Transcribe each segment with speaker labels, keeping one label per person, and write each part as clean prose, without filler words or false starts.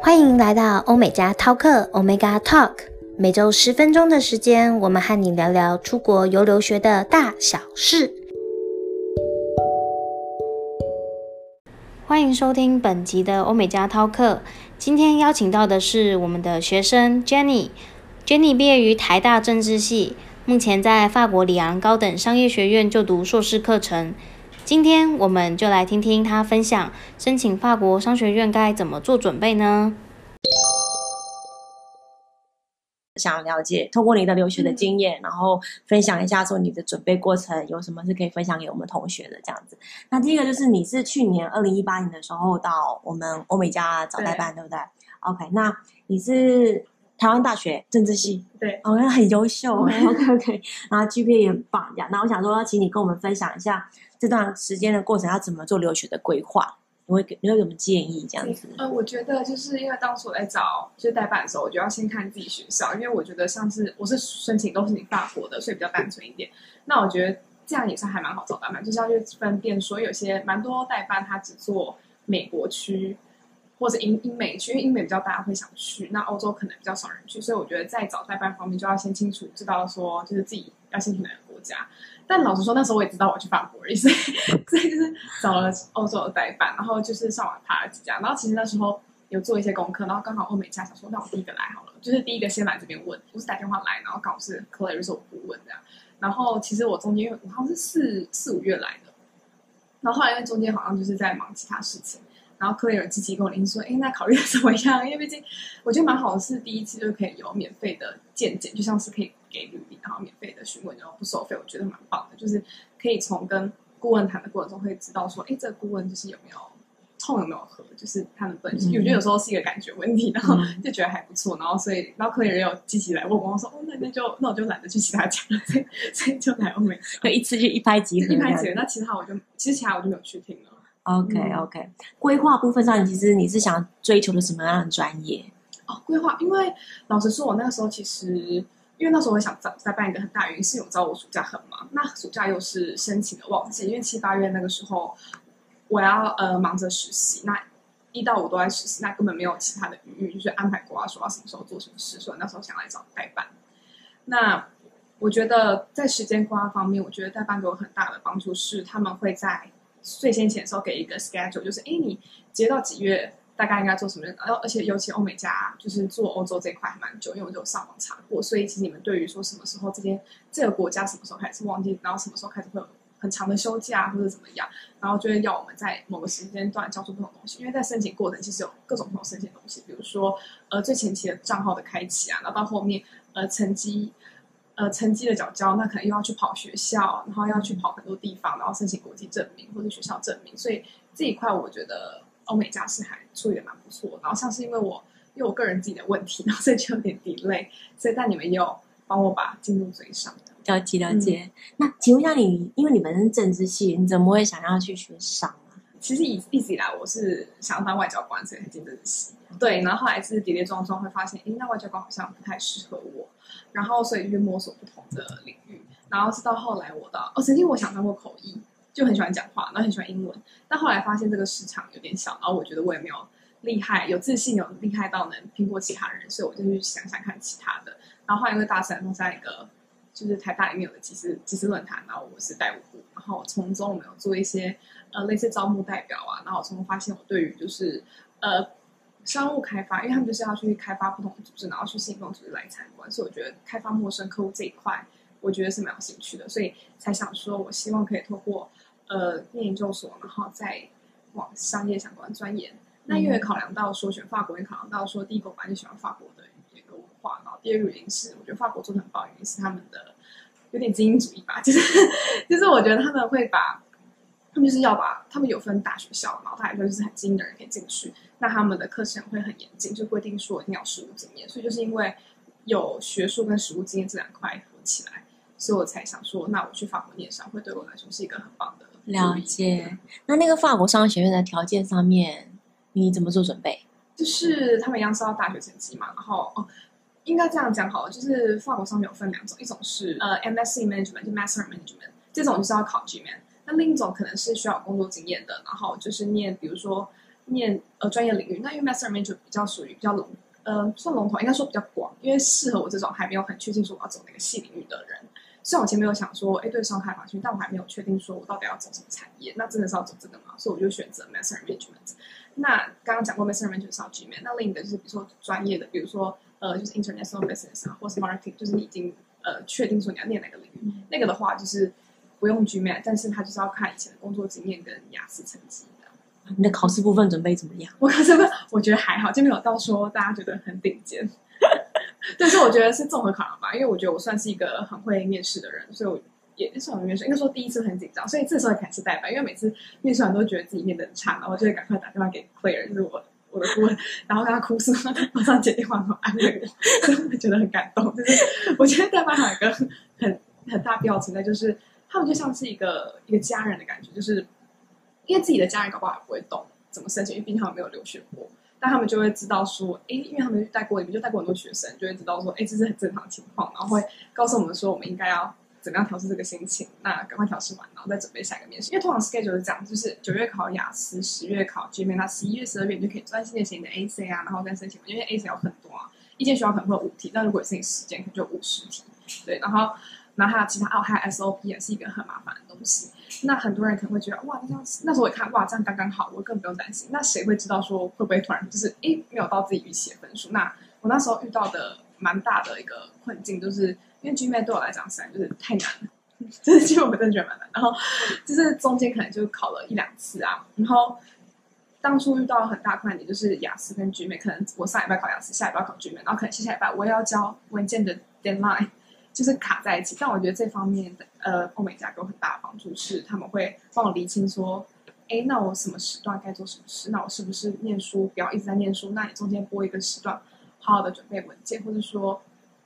Speaker 1: 欢迎来到欧美加涛客 Omega Talk， 每周10分钟的时间，我们和你聊聊出国游留学的大小事。欢迎收听本集的欧美加涛客，今天邀请到的是我们的学生 Jenny。Jenny 毕业于台大政治系，目前在法国里昂高等商业学院就读硕士课程。今天我们就来听听他分享申请法国商学院该怎么做准备呢？
Speaker 2: 想了解透过你的留学的经验，然后分享一下说你的准备过程有什么是可以分享给我们同学的这样子。那第一个就是你是去年2018年的时候到我们欧美加找代办， 对不对？ OK， 那你是台湾大学政治系，
Speaker 3: 对，
Speaker 2: 哦，那很优秀OK， 然后 GPA 也很棒这样。那我想说要请你跟我们分享一下这段时间的过程要怎么做留学的规划，你会有什么建议这样子？
Speaker 3: 我觉得就是因为当初我在找就是代办的时候，我就要先看自己学校，因为我觉得像是我是申请法国的，所以比较单纯一点。那我觉得这样也是还蛮好找代办，就是要去分辨说有些蛮多代办他只做美国区或者英美区，因为英美比较大家会想去，那欧洲可能比较少人去，所以我觉得在找代办方面就要先清楚知道说就是自己要先去哪个国家。但老实说那时候我也知道我去法国而已，所以就是找了欧洲的代办，然后就是上网爬了几家，然后其实那时候有做一些功课，然后刚好欧美加想说那我第一个来好了，就是第一个先来这边问，我是打电话来，然后刚好是 Claire 是我顾问这样。然后其实我中间因为我好像是4、5月来的，然后后来因为中间好像就是在忙其他事情，然后Claire积极跟我联系说那考虑的怎么样，因为毕竟我觉得蛮好的是第一次就可以有免费的见检，就像是可以给履历，然后免费的询问，然后不收费，我觉得蛮棒的，就是可以从跟顾问谈的过程中会知道说这个顾问就是有没有痛有没有合，就是他的本性，我觉得有时候是一个感觉问题，然后就觉得还不错，然后Claire 也有积极来问我说那我就懒得去其他家了，所以就来欧美，
Speaker 2: 对，一次就一拍即合，
Speaker 3: 那其他我就没有去听了。
Speaker 2: OK， 规划部分上，其实你是想追求的什么样的专业？
Speaker 3: 规划，因为老实说，我那个时候其实，因为那时候我想再办一个很大原因是我知道我暑假很忙，那暑假又是申请的旺季，因为7、8月那个时候我要忙着实习，那1到5都在实习，那根本没有其他的余裕，就是安排规划说要什么时候做什么事，所以那时候想来找代办。那我觉得在时间规划方面，我觉得代办给我很大的帮助是他们会在最先前的时候给一个 schedule， 就是你接到几月大概应该做什么，然后而且尤其欧美加就是做欧洲这一块还蛮久，因为我就有上网查过，所以其实你们对于说什么时候这个国家什么时候开始旺季，然后什么时候开始会有很长的休假或者怎么样，然后就会要我们在某个时间段交出不同东西，因为在申请过程其实有各种不同申请的东西，比如说最前期的账号的开启啊，然后到后面成绩的缴交，那可能又要去跑学校，然后要去跑很多地方，然后申请国际证明或者学校证明，所以这一块我觉得欧美加是还处理的蛮不错。然后像是因为我个人自己的问题，然后所以就有点 delay， 所以但你们也有帮我把进度追上的。
Speaker 2: 了解。那请问一下你，因为你本身是政治系，你怎么会想要去学商啊？
Speaker 3: 其实一直以来我是想要当外交官，所以才进政治系。对，然后后来是跌跌撞撞会发现，那外交官好像不太适合我，然后所以就摸索不同的领域，然后是到后来曾经我想当过口译，就很喜欢讲话，然后很喜欢英文，但后来发现这个市场有点小，然后我觉得我也没有厉害，有自信，有厉害到能拼过其他人，所以我就去想想看其他的。然后后来因为大三放在一个就是台大里面有个集思论坛，然后我是代务部，然后从中我们有做一些类似招募代表啊，然后从中发现我对于就是商务开发，因为他们就是要去开发不同的组织，然后去吸引不同组织来参观，所以我觉得开发陌生客户这一块我觉得是蛮有兴趣的，所以才想说我希望可以透过念研究所，然后再往商业相关钻研。那因为考量到说选法国，也考量到说第一个我本来就喜欢法国的语言跟文化，然后第二个原因是我觉得法国做的很棒，原因是他们的有点精英主义吧，就是我觉得他们会他们就是要他们有分大学校，然后大学校就是很精英的人可以进去，那他们的课程会很严谨，就规定说一定要实务经验，所以就是因为有学术跟实务经验这2块合起来，所以我才想说那我去法国念商会对我来说是一个很棒的
Speaker 2: 了解。那个法国商学院的条件上面你怎么做准备？
Speaker 3: 就是他们一样是要大学成绩嘛，然后应该这样讲好了，就是法国商学有分2种，一种是MSc Management 就 Master Management， 这种就是要考 GMAT， 那另一种可能是需要有工作经验的，然后就是念比如说念专业领域，那因为 Master Management 比较属于比较算笼统，应该说比较广，因为适合我这种还没有很确定说我要走哪个系领域的人。虽然我前面有想说，对商开发兴趣，但我还没有确定说我到底要走什么产业。那真的是要走这个吗？所以我就选择 Master Management。那刚刚讲过 Master Management 是要 GMAT， 那另一个就是比如说专业的，比如说就是 International Business 啊，或是 Marketing， 就是你已经确定说你要念哪个领域，那个的话就是不用 GMAT， 但是它就是要看以前的工作经验跟雅思成绩的。
Speaker 2: 你的考试部分准备怎么样？
Speaker 3: 我觉得还好，就没有到说大家觉得很顶尖。但是我觉得是综合考量吧，因为我觉得我算是一个很会面试的人，所以我也是很面试，应该说第一次很紧张，所以这时候也开始代班，因为每次面试完都觉得自己面得很差，然后就会赶快打电话给 Claire， 就是我的顾问，然后跟他哭诉，他马上接电话然后安慰我，所以我觉得很感动。就是我觉得代班还有一个很大必要存在，就是他们就像是一个家人的感觉，就是因为自己的家人搞不好也不会懂怎么申请，因为毕竟他们没有留学过。但他们就会知道说，因为他们你们就带过很多学生，就会知道说，这是很正常的情况，然后会告诉我们说，我们应该要怎么样调试这个心情，那赶快调试完，然后再准备下一个面试。因为通常 schedule 是这样，就是9月考雅思，10月考 GMAT， 那11月、12月你就可以专心的写你的 AC 啊，然后再申请，因为 AC 有很多啊，一间学校可能会有5题，但如果是你10间，可能就有50题，对，然后还有其他还有 SOP 也是一个很麻烦的东西。那很多人可能会觉得，哇，那时候我一看，哇，这样刚刚好，我根本不用担心。那谁会知道说会不会突然就是没有到自己预期的分数？那我那时候遇到的蛮大的一个困境，就是因为 GMAT 对我来讲实在就是太难了，就是其实我真的觉得蛮难。然后就是中间可能就考了1-2次啊，然后当初遇到很大困难点就是雅思跟 GMAT， 可能我上礼拜考雅思，下礼拜考 GMAT， 然后可能下礼拜我也要交文件的 deadline。就是卡在一起，但我觉得这方面的欧美加给我很大的帮助是，他们会帮我厘清说，那我什么时段该做什么事，那我是不是念书不要一直在念书，那你中间拨一个时段，好好的准备文件，或者说，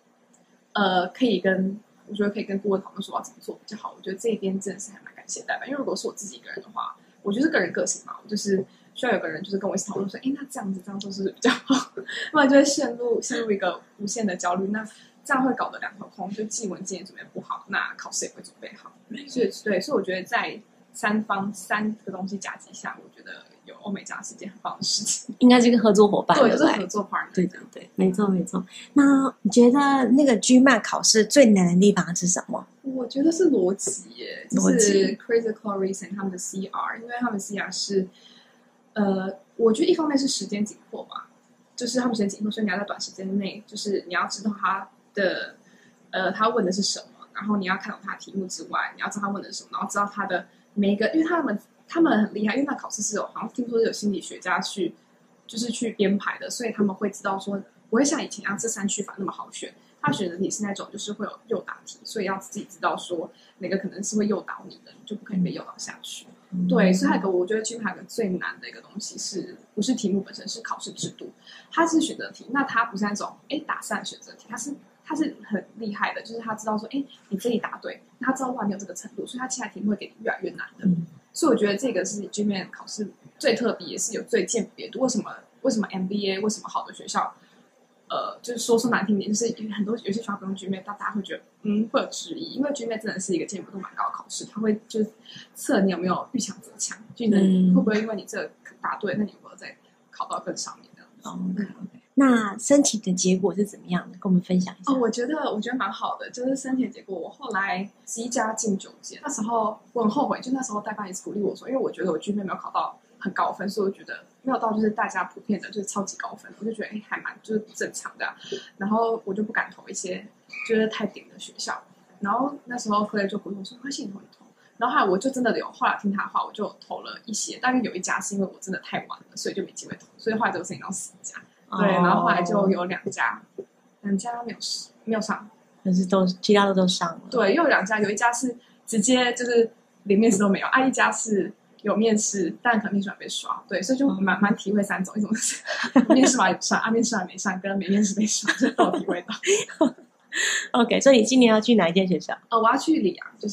Speaker 3: 我觉得可以跟顾问讨论说要怎么做比较好。我觉得这一边真的是还蛮感谢代班，因为如果是我自己一个人的话，我觉得是个人个性嘛，我就是需要有个人就是跟我一起讨论说，那这样做是不是比较好？不然就会陷入一个无限的焦虑，那这样会搞得两头空，就记文件也准备不好，那考试也会准备好。所以我觉得在三个东西夹击下，我觉得有欧美加是一件很棒的事情，
Speaker 2: 应该是一个合作伙伴，
Speaker 3: 对，就是合作 partner。
Speaker 2: 对，没错。那你觉得那个 GMAT 考试最难的地方是什么？
Speaker 3: 我觉得是逻辑耶，就是 critical reason 他们的 CR， 因为他们 CR 是我觉得一方面是时间紧迫吧，就是他们时间紧迫，所以你要在短时间内，就是你要知道他问的是什么，然后你要看懂他的题目之外，你要知道他问的是什么，然后知道他的每一个，因为他们很厉害，因为那考试是好像听说是有心理学家去编排的，所以他们会知道说不会像以前这3区法那么好选，他选的题是那种就是会有诱导题，所以要自己知道说哪个可能是会诱导你的，你就不可以被诱导下去。对，所以我觉得GMAT还有个最难的一个东西是不是题目本身，是考试制度。它是选择题，那它不是那种打散选择题，它是很厉害的，就是他知道说你这里答对，他知道哇你有这个程度，所以他其他题目会给你越来越难的。所以我觉得这个是 GMAT 考试最特别，也是有最鉴别度。为什么 MBA 为什么好的学校就是说难听点，就是有些学校不用 GMAT， 大家会觉得会有质疑，因为 GMAT 真的是一个鉴别度蛮高的考试，它会就是测你有没有遇强则强，就会不会因为你这个答对，那你有没有再考到更上面的。
Speaker 2: 那申请的结果是怎么样的？跟我们分享一下。
Speaker 3: 我觉得蛮好的，就是申请结果，我后来11家进9间，那时候我很后悔，就那时候代班也是鼓励我说，因为我觉得我 GMAT 没有考到很高分，所以我觉得没有到就是大家普遍的就是超级高分，我就觉得还蛮就是正常的，然后我就不敢投一些就是太顶的学校，然后那时候 Claire 就鼓励我说快信你投，然后后来我就真的后来听他的话，我就投了一些，但是有一家是因为我真的太晚了，所以就没机会投，所以后来这个申请到10家。对，然后后来就有2家没有上，
Speaker 2: 但是其他都上了。
Speaker 3: 对，又有2家，有一家是直接就是连面试都没有，一家是有面试，但可能面试完被刷。对，所以就蛮体会3种，一种是面试完有上，面试完没上，跟没面试被刷，就都体会到。
Speaker 2: OK， 所以你今年要去哪一间学校？
Speaker 3: 我要去里昂，就是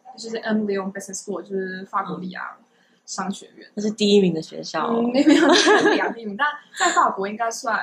Speaker 3: M Lyon Business School， 就是法国里昂商学院，
Speaker 2: 那是第1名的学校。
Speaker 3: 没有里昂第1名，但在法国应该算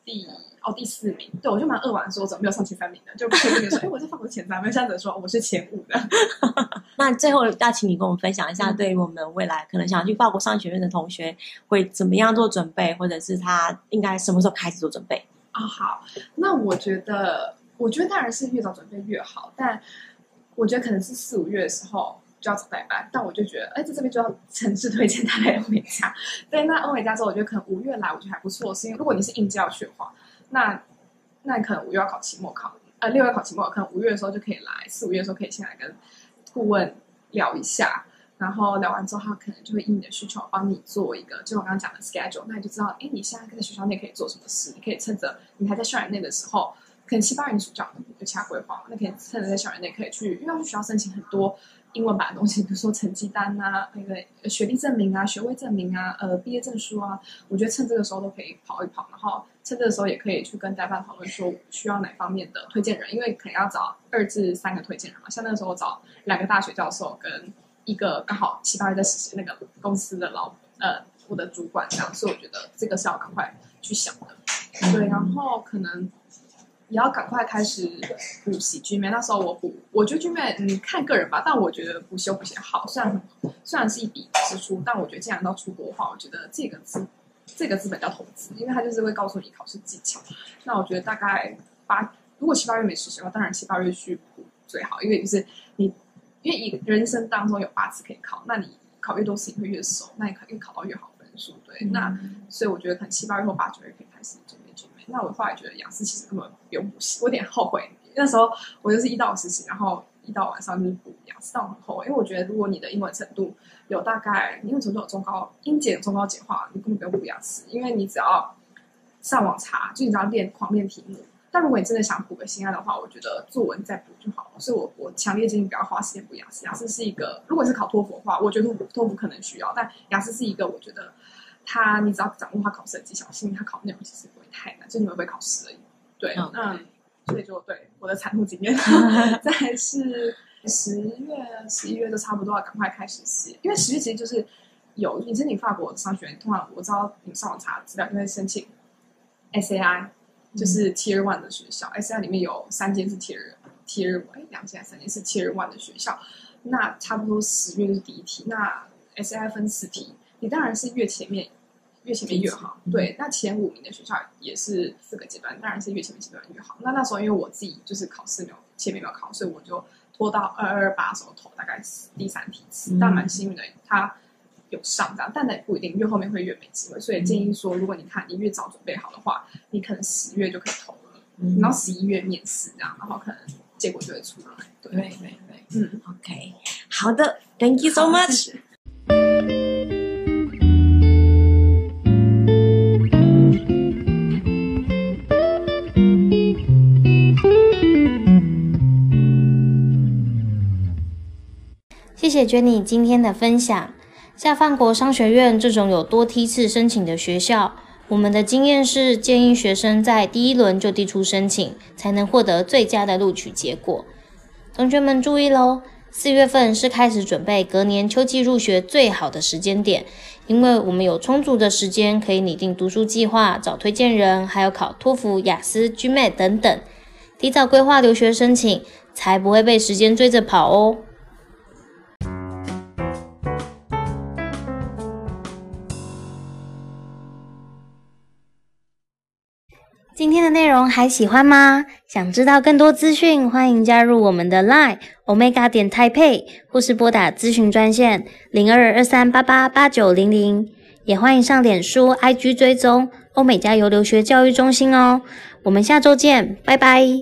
Speaker 3: 第4名，对我就蛮扼腕说怎么没有上前3名的，就可以说我在法国前3，没有像者说我是前5的。
Speaker 2: 那最后要请你跟我们分享一下，对于我们未来可能想去法国商学院的同学会怎么样做准备，或者是他应该什么时候开始做准备？
Speaker 3: 好，那我觉得当然是越早准备越好，但我觉得可能是4、5月的时候就要找代办，但我就觉得在这边就要诚挚推荐他来欧美加。对，那欧美加之后我觉得可能5月来我觉得还不错，是因为如果你是应届要去的话，那你可能5月要考期末考，6月考期末考，可能5月的时候就可以来，4、5月的时候可以先来跟顾问聊一下，然后聊完之后他可能就会依你的需求帮你做一个就我刚刚讲的 schedule， 那你就知道你现在在学校内可以做什么事，你可以趁着你还在校园内的时候，可能7、8月暑假有其他规划，那可以趁着在校园内可以去，因为要去学校申请很多英文版的东西，比如说成绩单啊，那个学历证明啊，学位证明啊，毕业证书啊，我觉得趁这个时候都可以跑一跑，然后趁这个时候也可以去跟代办讨论说需要哪方面的推荐人，因为可能要找2至3个推荐人嘛，像那个时候我找2个大学教授跟一个刚好7、8月在实习那个公司的我的主管这样，所以我觉得这个是要赶快去想的，对，然后可能也要赶快开始补习 GMAT。 那时候我觉得 GMAT 看个人吧，但我觉得补习好，虽然是一笔支出，但我觉得既然要出国的话，我觉得这个资本叫投资，因为它就是会告诉你考试技巧。那我觉得大概如果7、8月没实习的话，当然7、8月去补最好，因为就是因为人生当中有8次可以考，那你考越多次你会越熟，那你可以考到越好分数，对，那所以我觉得可能7、8月或8、9月可以开始准备 GMAT。 那我后来觉得雅思其实根本不用补习，我有点后悔，那时候我就是1到5实习，然后1到晚上就是补雅思，但我很后悔，因为我觉得如果你的英文程度有大概你英文程度有中高英检中高级的话，你根本不用补雅思，因为你只要上网查，就你只要狂练题目。但如果你真的想补个心安的话，我觉得作文再补就好了。所以我强烈建议不要花时间补雅思。雅思是一个，如果是考托福的话，我觉得托福可能需要，但雅思是一个，我觉得你只要掌握它考试的技巧性，它考内容其实不会太难，就你会不会考试而已。对，所以就对我的残酷经验。再来是10月、11月都差不多要赶快开始写，因为10月其实就是你申请法国商学院，通常我知道你们上网查资料就会申请 SAI。就是 Tier 1 的学校，SAI 里面有3间是 Tier 2间还是3间是 Tier 1的学校，那差不多10月就是第一题，那 SAI 分4题，你当然是越前面越好，对，那前5名的学校也是4个阶段，当然是越前面阶段越好。那时候因为我自己就是考试前面没有考，所以我就拖到228的时候投大概第3题次，但蛮幸运的，他有上这样，但也不一定，越后面会越没机会，所以建议说，如果你越早准备好的话，你可能10月就可以投了，然后11月面试这样，然后可能结果就会出来。对
Speaker 2: ，OK， 好的 ，Thank you so much。
Speaker 1: 谢谢 Jenny 今天的分享。像法国商学院这种有多梯次申请的学校，我们的经验是建议学生在第1轮就递出申请，才能获得最佳的录取结果。同学们注意咯，4月份是开始准备隔年秋季入学最好的时间点，因为我们有充足的时间可以拟定读书计划、找推荐人，还有考托福、雅思、GMAT 等等，提早规划留学申请，才不会被时间追着跑哦。今天的内容还喜欢吗？想知道更多资讯，欢迎加入我们的 LINE Omega.Taipei 或是拨打咨询专线0223888900，也欢迎上脸书 IG 追踪欧美加油留学教育中心哦。我们下周见，拜拜。